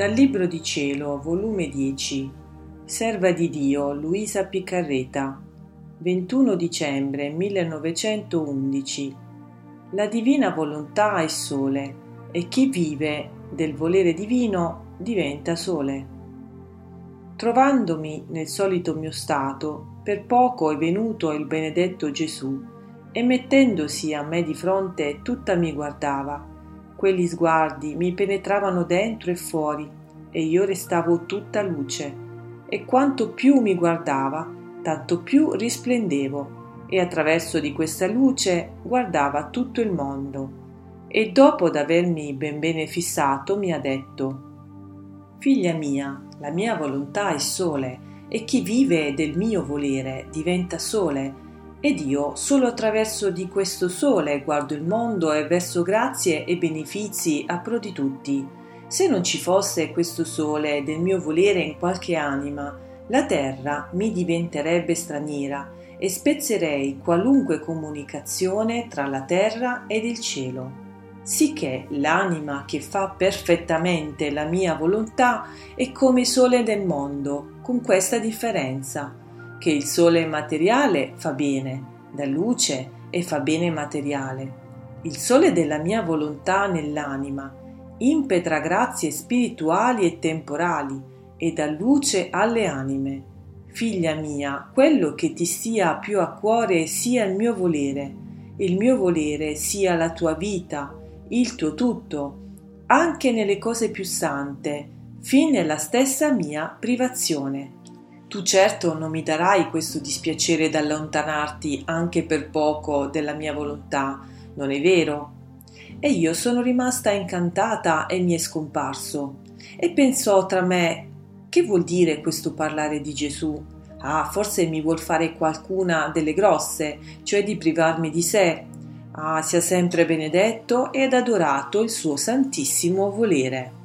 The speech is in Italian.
Dal Libro di Cielo, volume 10, Serva di Dio, Luisa Piccarreta, 21 dicembre 1911. La divina volontà è sole, e chi vive del volere divino diventa sole. Trovandomi nel solito mio stato, per poco è venuto il benedetto Gesù, e mettendosi a me di fronte tutta mi guardava. Quegli sguardi mi penetravano dentro e fuori, e io restavo tutta luce, e quanto più mi guardava, tanto più risplendevo, e attraverso di questa luce guardava tutto il mondo. E dopo d'avermi ben bene fissato mi ha detto: «Figlia mia, la mia volontà è sole, e chi vive del mio volere diventa sole, ed io solo attraverso di questo sole guardo il mondo e verso grazie e benefizi a pro di tutti. Se non ci fosse questo sole del mio volere in qualche anima, la terra mi diventerebbe straniera e spezzerei qualunque comunicazione tra la terra ed il cielo. Sicché l'anima che fa perfettamente la mia volontà è come sole del mondo, con questa differenza, che il sole materiale fa bene, dà luce e fa bene materiale. Il sole della mia volontà nell'anima impetra grazie spirituali e temporali e dà luce alle anime. Figlia mia, quello che ti stia più a cuore sia il mio volere sia la tua vita, il tuo tutto, anche nelle cose più sante, fin nella stessa mia privazione. Tu certo non mi darai questo dispiacere d'allontanarti anche per poco dalla mia volontà, non è vero?» E io sono rimasta incantata e mi è scomparso. E pensò tra me: che vuol dire questo parlare di Gesù? Ah, forse mi vuol fare qualcuna delle grosse, cioè di privarmi di sé. Ah, sia sempre benedetto ed adorato il suo santissimo volere.